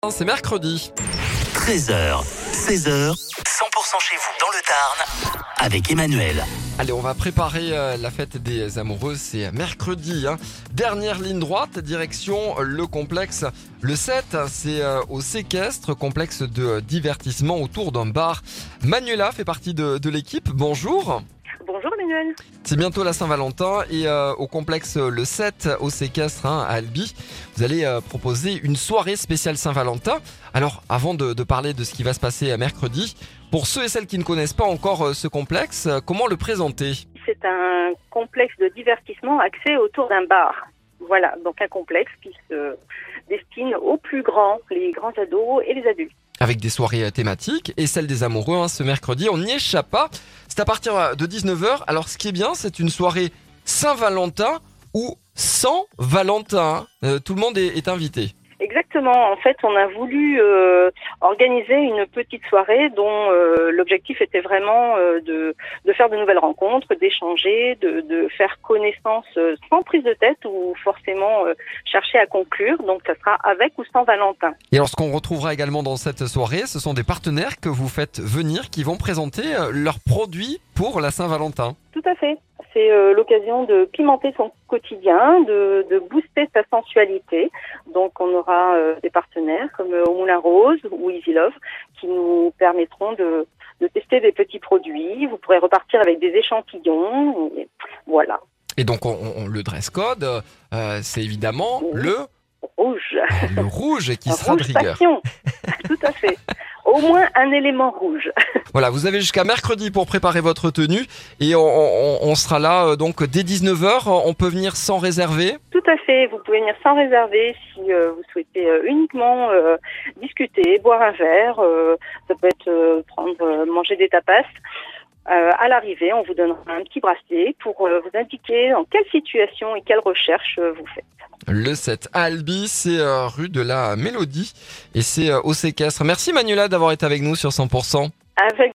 C'est mercredi. 13h, 16h, 100% chez vous dans le Tarn, avec Emmanuel. Allez, on va préparer la fête des amoureux, c'est mercredi. Dernière ligne droite, direction le complexe Le 7, c'est au Séquestre, complexe de divertissement autour d'un bar. Manuela fait partie de l'équipe, bonjour. Bonjour Emmanuel. C'est bientôt la Saint-Valentin et au complexe Le 7 au Séquestre à Albi, vous allez proposer une soirée spéciale Saint-Valentin. Alors avant de parler de ce qui va se passer mercredi, pour ceux et celles qui ne connaissent pas encore ce complexe, comment le présenter ? C'est un complexe de divertissement axé autour d'un bar. Voilà, donc un complexe qui se destine aux plus grands, les grands ados et les adultes. Avec des soirées thématiques et celle des amoureux ce mercredi, on n'y échappe pas. C'est à partir de 19h. Alors ce qui est bien, c'est une soirée Saint-Valentin ou sans Valentin. Tout le monde est invité. Exactement. En fait, on a voulu organiser une petite soirée dont l'objectif était vraiment de faire de nouvelles rencontres, d'échanger, de faire connaissance sans prise de tête ou forcément chercher à conclure. Donc, ça sera avec ou sans Valentin. Et alors, ce qu'on retrouvera également dans cette soirée, ce sont des partenaires que vous faites venir qui vont présenter leurs produits pour la Saint-Valentin. Tout à fait. C'est l'occasion de pimenter son quotidien, de booster sa sensualité. Donc on aura des partenaires comme Au Moulin Rose ou Easy Love qui nous permettront de tester des petits produits. Vous pourrez repartir avec des échantillons. Et voilà. Et donc le dress code, c'est évidemment le rouge. Le rouge qui sera de rigueur. Passion. Tout à fait. Au moins un élément rouge. Voilà, vous avez jusqu'à mercredi pour préparer votre tenue et on sera là donc dès 19h. On peut venir sans réserver. Tout à fait, vous pouvez venir sans réserver si vous souhaitez uniquement discuter, boire un verre. Ça peut être manger des tapas. À l'arrivée, on vous donnera un petit bracelet pour vous indiquer en quelle situation et quelle recherche vous faites. Le 7 à Albi, c'est rue de la Mélodie et c'est au Séquestre. Merci Manuela d'avoir été avec nous sur 100%. Avec